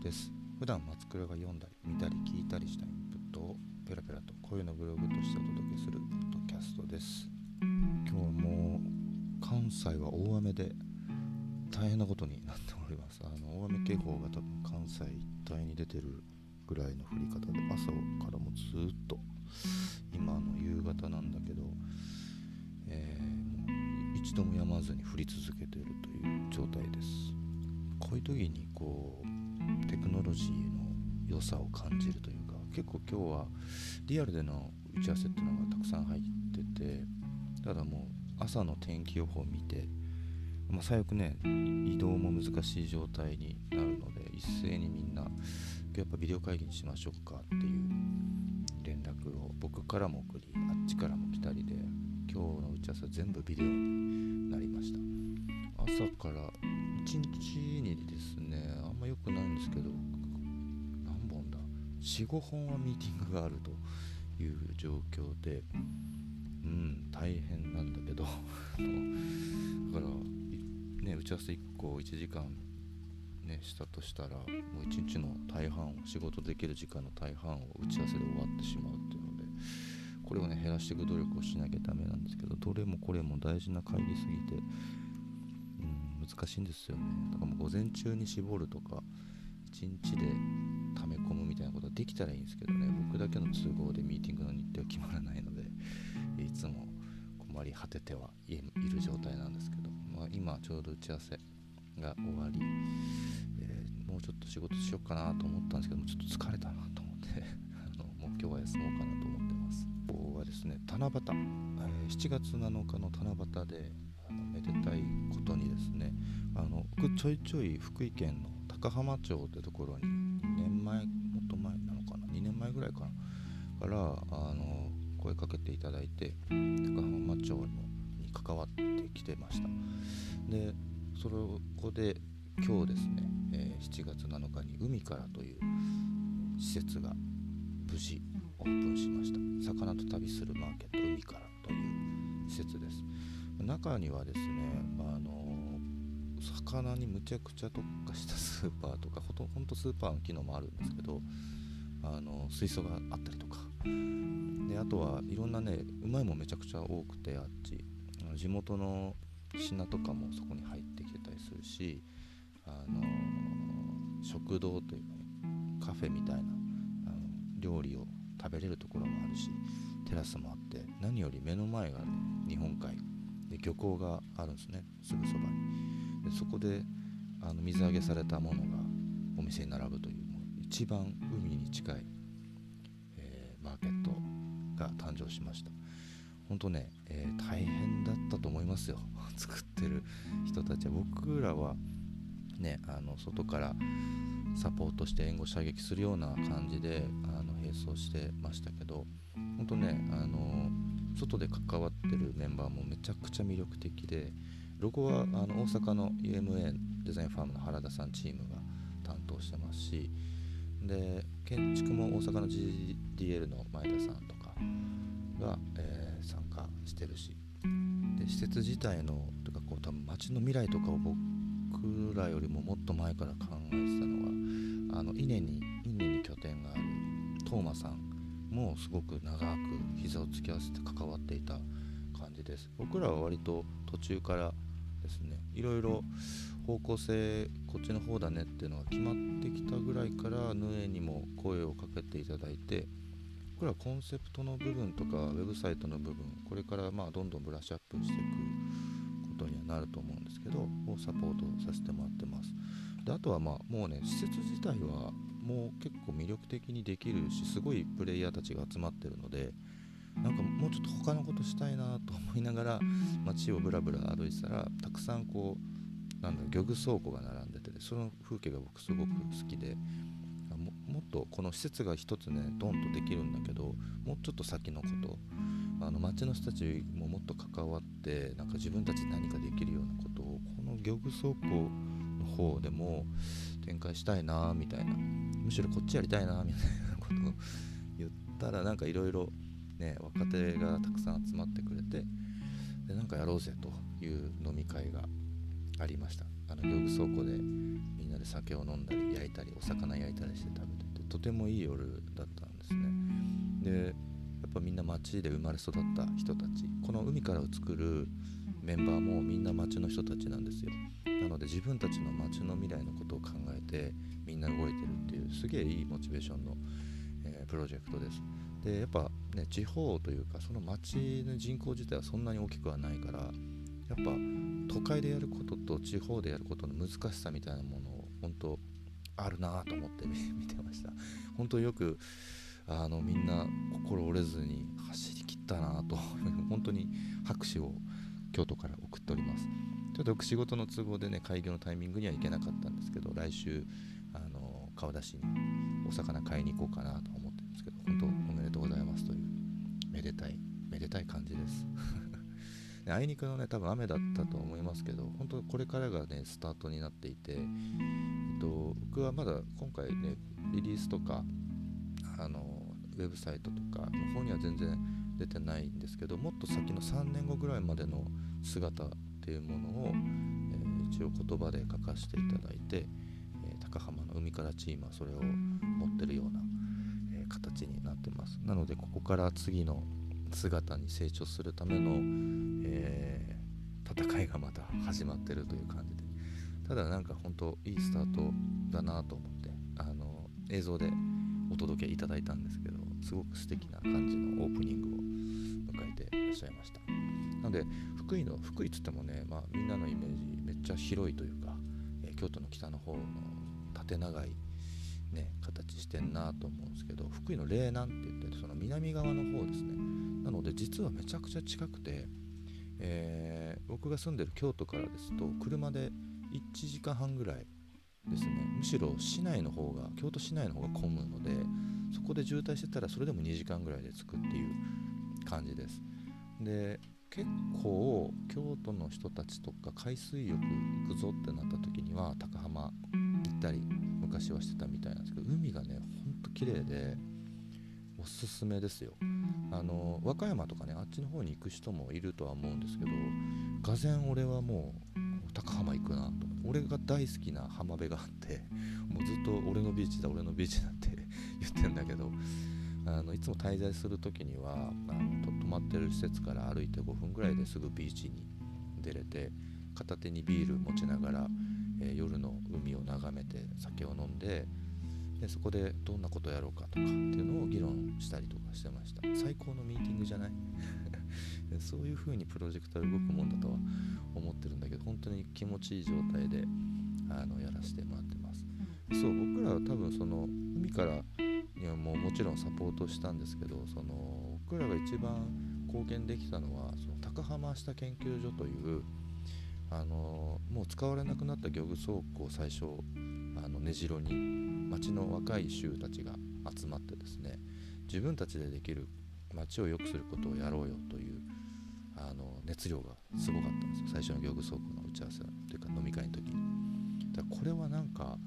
です。普段松倉が読んだり見たり聞いたりしたインプットをペラペラと声のブログとしてお届けするポッドキャストです。今日も関西は大雨で大変なことになっております。大雨警報が多分関西一帯に出てるぐらいの降り方で、朝からもずっと今の夕方なんだけど、もう一度も止まずに降り続けているという状態です。こういう時にテクノロジーの良さを感じるというか、結構今日はリアルでの打ち合わせっていうのがたくさん入ってて、ただもう朝の天気予報を見て、最悪ね移動も難しい状態になるので、一斉にみんなやっぱビデオ会議にしましょうかっていう連絡を僕からも送り、あっちからも来たりで、今日の打ち合わせは全部ビデオになりました。朝から1日にですね、あんま良くないんですけど、何本だ 4,5 本はミーティングがあるという状況で、大変なんだけどだからね、打ち合わせ1個1時間ねしたとしたら、もう1日の大半を、仕事できる時間の大半を打ち合わせで終わってしまうっていうので、これをね減らしていく努力をしなきゃダメなんですけど、どれもこれも大事な会議すぎて難しいんですよね。だからもう午前中に絞るとか1日で溜め込むみたいなことはできたらいいんですけどね、僕だけの都合でミーティングの日程は決まらないので、いつも困り果ててはいる状態なんですけど、今ちょうど打ち合わせが終わり、もうちょっと仕事しようかなと思ったんですけども、ちょっと疲れたなと思ってもう今日は休もうかなと思ってます。今日はですね、七夕、7月7日の七夕でめでたいことにですね、僕ちょいちょい福井県の高浜町ってところに2年前、もっと前なのかな、2年前ぐらいかなから声かけていただいて、高浜町に関わってきてました。でそこで今日ですね、7月7日に海からという施設が無事オープンしました。魚と旅するマーケット海からという施設です。中にはですね、魚にむちゃくちゃ特化したスーパーとか、ほんとスーパーの機能もあるんですけど、水槽があったりとかで、あとはいろんなねうまいもんめちゃくちゃ多くて、あっち地元の品とかもそこに入ってきてたりするし、食堂というか、カフェみたいな料理を食べれるところもあるし、テラスもあって、何より目の前がね日本海で漁港があるんですね、すぐそばに。でそこで水揚げされたものがお店に並ぶという、もう一番海に近い、マーケットが誕生しました。本当ね、大変だったと思いますよ作ってる人たちは。僕らはね外からサポートして援護射撃するような感じで並走してましたけど、本当ね外で関わってるメンバーもめちゃくちゃ魅力的で、ロゴは大阪の UMA デザインファームの原田さんチームが担当してますし、で建築も大阪の GDL の前田さんとかが、参加してるし、で施設自体のとか多分街の未来とかを僕らよりももっと前から考えてたのは、伊根に拠点があるトーマさんもすごく長く膝を突き合わせて関わっていた感じです。僕らは割と途中からですね、いろいろ方向性こっちの方だねっていうのが決まってきたぐらいから、ヌエにも声をかけていただいて、僕らはコンセプトの部分とかウェブサイトの部分、これからどんどんブラッシュアップしていくことにはなると思うんですけど、をサポートさせてもらってます。であとはもうね、施設自体はもう結構魅力的にできるし、すごいプレイヤーたちが集まってるので、なんかもうちょっと他のことしたいなと思いながら街をブラブラ歩いてたら、たくさん漁具倉庫が並んでて、その風景が僕すごく好きで、もっとこの施設が一つねドンとできるんだけど、もうちょっと先のこと、町の人たちももっと関わって、なんか自分たちで何かできるようなことをこの漁具倉庫の方でも展開したいなみたいな、むしろこっちやりたいなみたいなことを言ったら、なんかいろいろね若手がたくさん集まってくれて、でなんかやろうぜという飲み会がありました。 漁具倉庫でみんなで酒を飲んだり焼いたりお魚焼いたりして食べてて、とてもいい夜だったんですね。でやっぱみんな町で生まれ育った人たち、この海からを作るメンバーもみんな町の人たちなんですよ。なので自分たちの町の未来のことを考えてみんな動いてるっていうすげえいいモチベーションの、プロジェクトです。でやっぱね、地方というかその町の人口自体はそんなに大きくはないから、やっぱ都会でやることと地方でやることの難しさみたいなものを本当あるなと思って見てました。本当よくみんな心折れずに走り切ったなと本当に拍手を京都から送っております。ちょっと仕事の都合でね、開業のタイミングには行けなかったんですけど、来週川田市にお魚買いに行こうかなと思ってるんですけど、本当おめでとうございますというめでたい感じですあいにくのね、多分雨だったと思いますけど、本当これからがねスタートになっていて、僕はまだ今回ねリリースとかウェブサイトとかの方には全然出てないんですけど、もっと先の3年後ぐらいまでの姿っていうものを、一応言葉で書かせていただいて、高浜の海からチームはそれを持ってるような、形になってます。なのでここから次の姿に成長するための、戦いがまた始まってるという感じで、ただなんか本当いいスタートだなと思って映像でお届けいただいたんですけど、すごく素敵な感じのオープニングを迎えていらっしゃいました。なので福井っつってもね、みんなのイメージめっちゃ広いというか、京都の北の方の縦長いね形してんなと思うんですけど、福井の嶺南って言ってその南側の方ですね。なので実はめちゃくちゃ近くて、僕が住んでる京都からですと車で1時間半ぐらいですね。むしろ京都市内の方が混むので、そこで渋滞してたらそれでも2時間ぐらいで着くっていう感じです。で結構京都の人たちとか海水浴行くぞってなった時には高浜行ったり昔はしてたみたいなんですけど、海がねほんと綺麗でおすすめですよ。和歌山とかねあっちの方に行く人もいるとは思うんですけど、がぜん俺はもう高浜行くなと思って、俺が大好きな浜辺があって、もうずっと俺のビーチだって言ってんだけど、いつも滞在する時には泊まってる施設から歩いて5分ぐらいですぐビーチに出れて、片手にビール持ちながら、夜の海を眺めて酒を飲んで、そこでどんなことやろうかとかっていうのを議論したりとかしてました。最高のミーティングじゃないそういう風にプロジェクトは動くもんだとは思ってるんだけど、本当に気持ちいい状態でやらせてもらってます。そう、僕らは多分その海からにはもちろんサポートしたんですけど、その僕らが一番貢献できたのはその高浜下研究所というもう使われなくなった漁具倉庫を最初根城に町の若い衆たちが集まってですね、自分たちでできる町を良くすることをやろうよという熱量がすごかったんですよ、最初の漁具倉庫の打ち合わせというか飲み会の時に。だからこれはなんか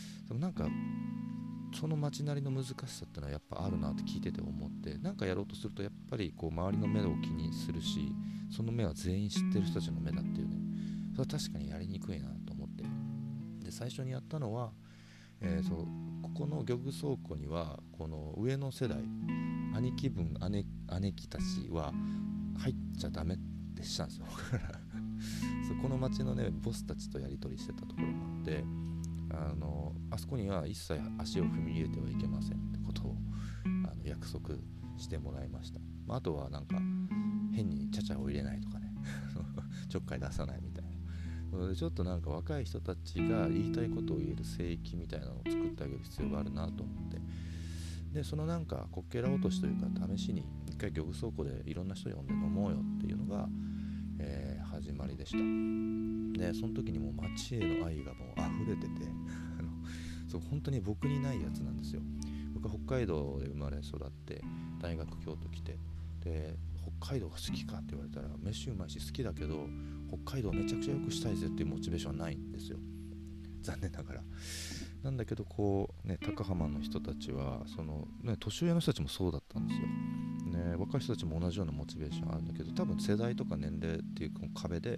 その町なりの難しさってのはやっぱあるなって聞いてて思って、なんかやろうとするとやっぱりこう周りの目を気にするし、その目は全員知ってる人たちの目だっていうね、それは確かにやりにくいなと思って、で最初にやったのは、ここの漁具倉庫にはこの上の世代兄貴分姉貴たちは入っちゃダメってしたんですよそこの町のねボスたちとやり取りしてたところもあって、あそこには一切足を踏み入れてはいけませんってことを約束してもらいました。あとはなんか変にチャチャを入れないとかねちょっかい出さないみたいな、でちょっとなんか若い人たちが言いたいことを言える聖域みたいなのを作ってあげる必要があるなと思って、でそのなんかこっけら落としというか試しに一回漁具倉庫でいろんな人呼んで飲もうよっていうのが、始まりでした。でその時にもう町への愛がもう溢れててそう本当に僕にないやつなんですよ。僕は北海道で生まれ育って大学京都来て、で北海道が好きかって言われたら飯うまいし好きだけど北海道めちゃくちゃ良くしたいぜっていうモチベーションはないんですよ、残念ながら。なんだけどこうね、高浜の人たちはその、ね、年上の人たちもそうだったんですよ、ね、若い人たちも同じようなモチベーションあるんだけど、多分世代とか年齢っていうこの壁で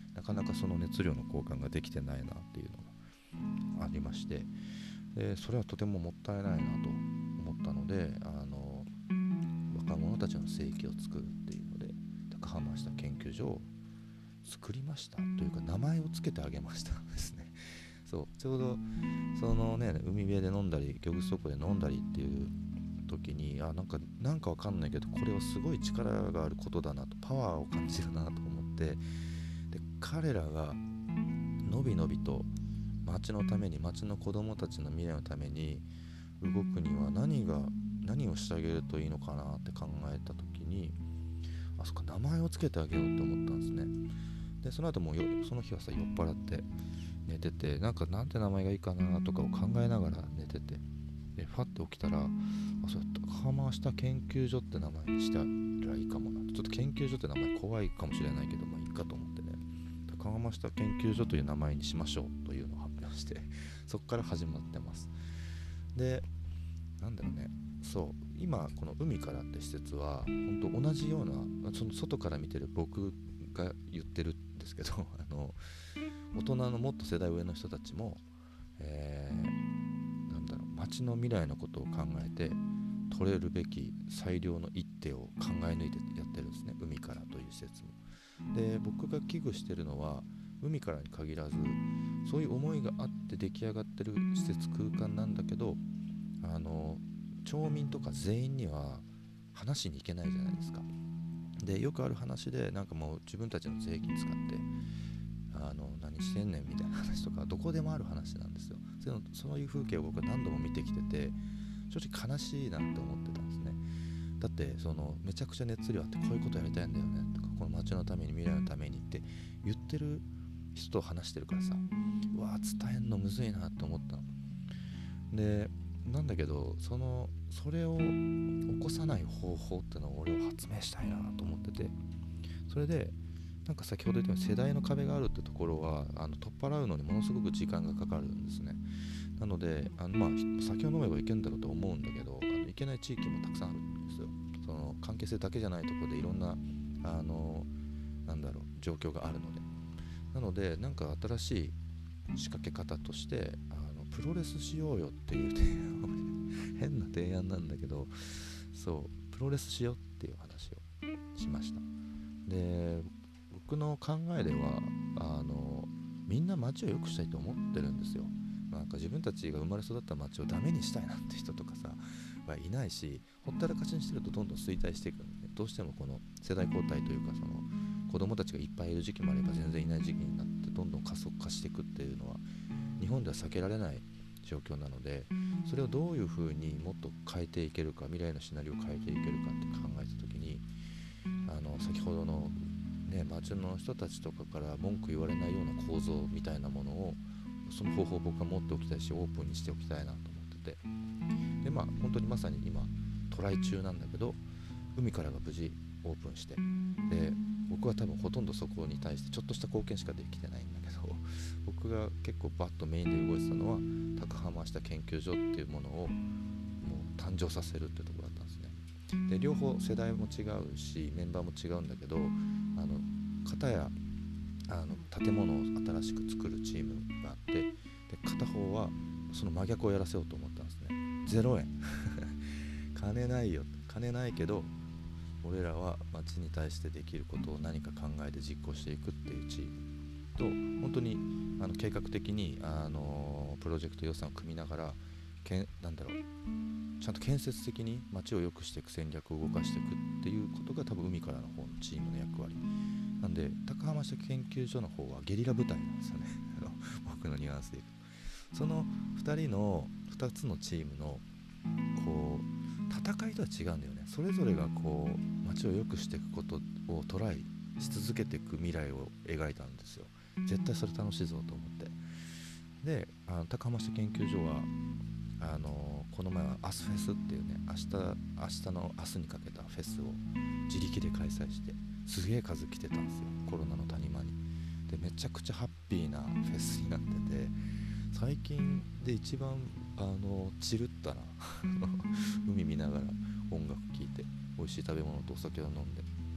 なかなかその熱量の交換ができてないなっていうのがありまして、でそれはとてももったいないなと思ったので、若者たちの正規を作るっていうので高浜下研究所を作りましたというか、名前をつけてあげましたですね。そうちょうどそのね、海辺で飲んだり漁具倉庫で飲んだりっていう時に、なんかわかんないけど、これはすごい力があることだなと、パワーを感じるなと思って、で彼らがのびのびと町のために、町の子供たちの未来のために動くには何をしてあげるといいのかなって考えた時に、そっか、名前をつけてあげようって思ったんですね。でその後もその日はさ、酔っ払って寝てて、なんて名前がいいかなとかを考えながら寝てて、でファッて起きたら、そう高浜下研究所って名前にしたらいいかもな、ちょっと研究所って名前怖いかもしれないけど、まあいいかと思ってね、高浜下研究所という名前にしましょうというのを発表して、そこから始まってます。でなんだろうね、そう今この海からって施設は本当同じような、その外から見てる僕が言ってるんですけど大人のもっと世代上の人たちも、街の未来のことを考えて取れるべき最良の一手を考え抜いてやってるんですね、海からという施設も。で僕が危惧してるのは、海からに限らずそういう思いがあって出来上がってる施設空間なんだけど、町民とか全員には話しに行けないじゃないですか。でよくある話で、もう自分たちの税金使って何してんねんみたいな話とかどこでもある話なんですよ。そういう風景を僕は何度も見てきてて、正直悲しいなって思ってたんですね。だってめちゃくちゃ熱量あって、こういうことやりたいんだよねとか、この街のために未来のためにって言ってる人と話してるからさ、うわ伝えんのむずいなって思ったので、なんだけどそれを起こさない方法ってのを俺は発明したいなと思ってて、それで先ほど言ったように世代の壁があるってところは取っ払うのにものすごく時間がかかるんですね。なので酒を飲めばいけんだろうと思うんだけど、いけない地域もたくさんあるんですよ。その関係性だけじゃないところでいろんな状況があるので、なので新しい仕掛け方としてプロレスしようよっていう提案変な提案なんだけど、そうプロレスしようっていう話をしました。で僕の考えではみんな街を良くしたいと思ってるんですよ。自分たちが生まれ育った街をダメにしたいなんて人とかさはいないし、ほったらかしにしてるとどんどん衰退していくんで、どうしてもこの世代交代というか、子供たちがいっぱいいる時期もあれば全然いない時期になってどんどん加速化していくっていうのは日本では避けられない状況なので、それをどういうふうにもっと変えていけるか、未来のシナリオを変えていけるかって考えた時に、先ほどの街の人たちとかから文句言われないような構造みたいなものを、その方法を僕は持っておきたいし、オープンにしておきたいなと思ってて、で本当にまさに今トライ中なんだけど、海からが無事オープンして、で僕は多分ほとんどそこに対してちょっとした貢献しかできてないんだけど、僕が結構バッとメインで動いてたのは高浜下研究所っていうものをもう誕生させるっていうところだったんですね。で両方世代も違うしメンバーも違うんだけど、片や建物を新しく作るチームがあって、で片方はその真逆をやらせようと思ったんですね。0円金ないよ、金ないけど俺らは街に対してできることを何か考えて実行していくっていうチームと、本当に計画的にプロジェクト予算を組みながらちゃんと建設的に街を良くしていく戦略を動かしていくっていうことが多分海からの方のチームの役割なんで、高浜下研究所の方はゲリラ部隊なんですよね僕のニュアンスで言うと、その2つのチームのこう戦いとは違うんだよね。それぞれがこう街を良くしていくことをトライし続けていく未来を描いたんですよ。絶対それ楽しいぞと思って、で高浜下研究所はこの前はアスフェスっていうね、明日の明日にかけたフェスを自力で開催して、すげえ数来てたんですよ、コロナの谷間に。でめちゃくちゃハッピーなフェスになってて、最近で一番チルったな海見ながら音楽聴いて美味しい食べ物とお酒を飲んで、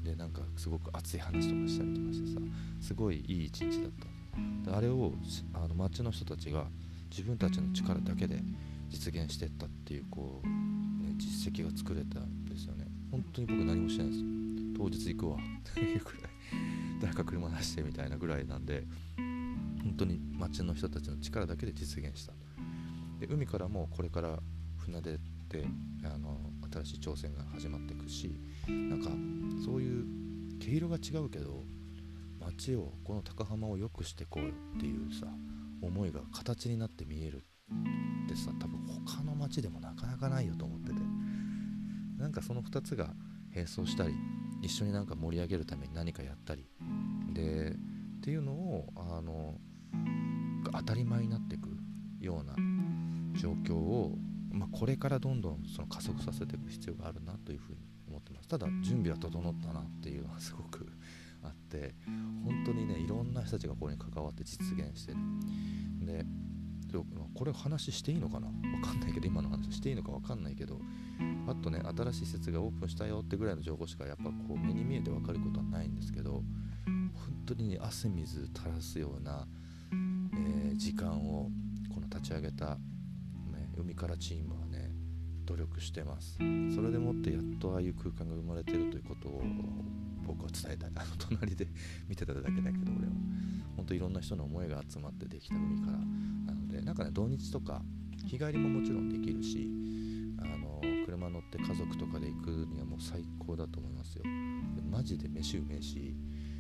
でなんかすごく熱い話とかしたりとかしてさ、すごいいい一日だった。であれを町の人たちが自分たちの力だけで実現していったっていう実績が作れたんですよね。本当に僕何もしてないんですよ。当日行くわっていうくらい誰か車出してみたいなぐらいなんで、本当に町の人たちの力だけで実現した。で海からもこれから船出で新しい挑戦が始まっていくし、なんかそういう毛色が違うけど町をこの高浜を良くしていこうよっていうさ思いが形になって見えるってさ、多分他の町でもなかなかないよと思ってて、なんかその2つが並走したり一緒になんか盛り上げるために何かやったりでっていうのを当たり前になっていくような状況を、これからどんどんその加速させていく必要があるなというふうに思ってます。ただ準備は整ったなっていうのはすごくあって、本当にねいろんな人たちがこれに関わって実現してる。でこれ話していいのかな分かんないけど、今の話していいのか分かんないけど、あとね新しい施設がオープンしたよってぐらいの情報しかやっぱ目に見えて分かることはないんですけど、本当に、汗水垂らすような、時間をこの立ち上げた、海からチームはね努力してます。それでもってやっとああいう空間が生まれているということを僕は伝えたい。隣で見てただけだけど、俺は本当いろんな人の思いが集まってできた海からなので、なんかね土日とか日帰りももちろんできるし、車乗って家族とかで行くにはもう最高だと思いますよ。でマジで飯うめえし、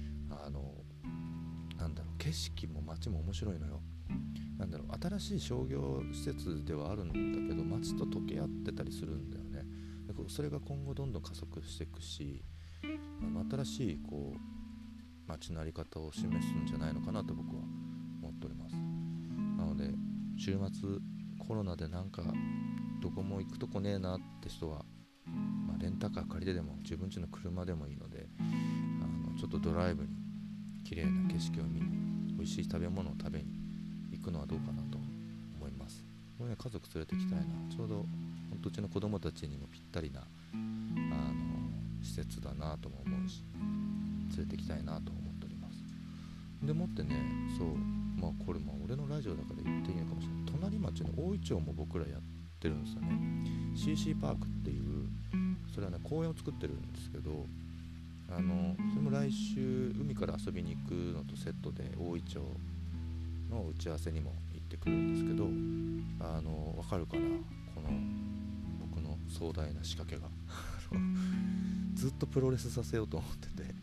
景色も街も面白いのよ。新しい商業施設ではあるんだけど街と溶け合ってたりするんだよね。でそれが今後どんどん加速していくし、新しい街の在り方を示すんじゃないのかなと僕は思っております。なので週末コロナでなんかどこも行くとこねえなって人は、レンタカー借りてでも自分家の車でもいいので、ちょっとドライブに綺麗な景色を見に美味しい食べ物を食べに行くのはどうかなと思います。これね家族連れて行きたいな。ちょうど本当うちの子供たちにもぴったりな施設だなとも思うし、連れて行きたいなと思っております。でもってね、これも俺のラジオだから言っていいのかもしれない。隣町の大井町も僕らやってるんですよね。 CC パークっていう、それはね公園を作ってるんですけど、それも来週海から遊びに行くのとセットで大井町の打ち合わせにも行ってくるんですけど、わかるかな、この僕の壮大な仕掛けがずっとプロレスさせようと思ってて、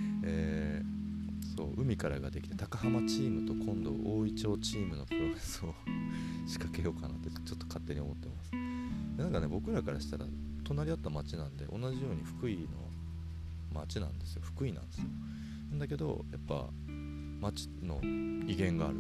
海からができて高浜チームと今度大井町チームのプロレスを仕掛けようかなってちょっと勝手に思ってます。でなんかね僕らからしたら隣り合った町なんで同じように福井の町なんですよ。福井なんですよ。なんだけどやっぱ町の威厳がある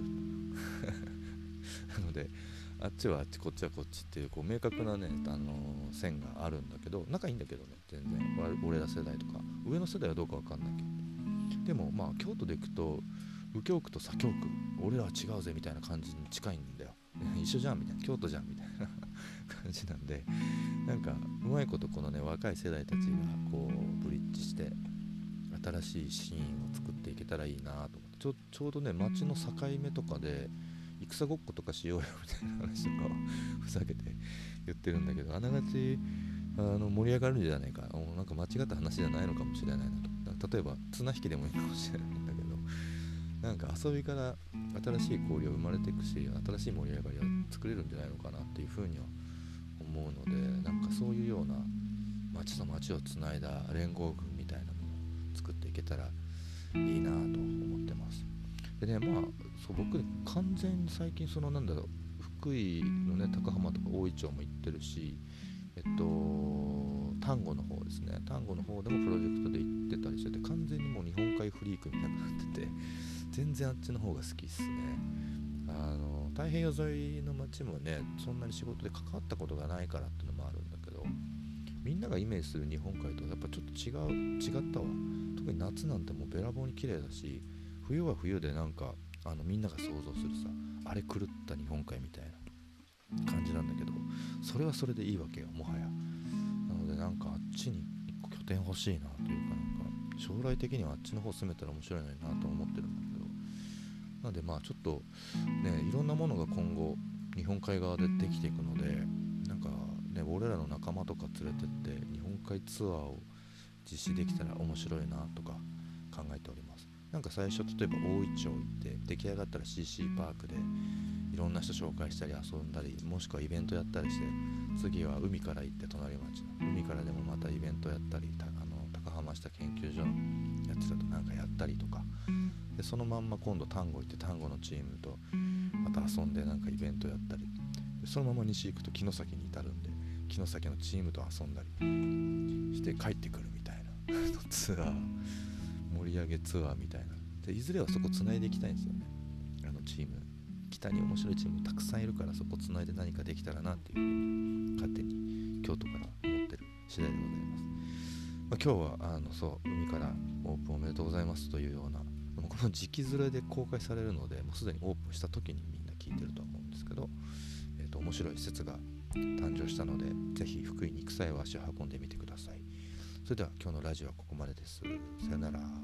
なのであっちはあっちこっちはこっちっていう明確なね、線があるんだけど、仲いいんだけどね全然俺ら世代とか上の世代はどうかわかんないけど、でも京都で行くと右京区と左京区俺らは違うぜみたいな感じに近いんだよ一緒じゃんみたいな、京都じゃんみたいな感じなんで、なんかうまいことこのね若い世代たちがブリッジして新しいシーンを作っていけたらいいなと思って、ちょうどね街の境目とかで戦ごっことかしようよみたいな話とかをふざけて言ってるんだけど、あながち盛り上がるんじゃないか、なんか間違った話じゃないのかもしれないなと。例えば綱引きでもいいかもしれないんだけど、なんか遊びから新しい交流が生まれていくし、新しい盛り上がりが作れるんじゃないのかなっていうふうには思うので、なんかそういうような街と街をつないだ連合軍みたいなものを作っていけたらいいなと思ってます。でね僕完全に最近福井のね高浜とか大井町も行ってるし、丹後の方ですね、丹後の方でもプロジェクトで行ってたりしてて、完全にもう日本海フリークみたいになってて全然あっちの方が好きっすね。太平洋沿いの街もねそんなに仕事で関わったことがないからっていうのもあるんだけど、みんながイメージする日本海とやっぱちょっと違ったわ。特に夏なんてもうべらぼうに綺麗だし、冬は冬でなんかみんなが想像するさあれ狂った日本海みたいな感じなんだけど、それはそれでいいわけよもはや。なのでなんかあっちに一個拠点欲しいなというか、なんか将来的にはあっちの方進めたら面白いのになと思ってるんだけど、なのでまあちょっとね、いろんなものが今後日本海側でできていくので、なんかね、俺らの仲間とか連れてって日本海ツアーを実施できたら面白いなとか考えております。なんか最初例えば大イチョウ行って出来上がったら CC パークでいろんな人紹介したり遊んだり、もしくはイベントやったりして、次は海から行って隣町の海からでもまたイベントやったり、高浜下研究所のやつだとなんかやったりとかで、そのまんま今度丹後行って丹後のチームとまた遊んでなんかイベントやったりで、そのまま西行くと城崎に至るんで城崎のチームと遊んだりして帰ってくるみたいなツアー、盛り上げツアーみたいなで、いずれはそこつないでいきたいんですよね。チーム北に面白いチームたくさんいるから、そこつないで何かできたらなっていうふうに勝手に京都から思ってる次第でございます。今日はそう海からオープンおめでとうございますというような、この時期ずれで公開されるのでもうすでにオープンした時にみんな聞いてると思うんですけど、面白い施設が誕生したので、ぜひ福井に行く際は足を運んでみてください。それでは今日のラジオはここまでです。さよなら。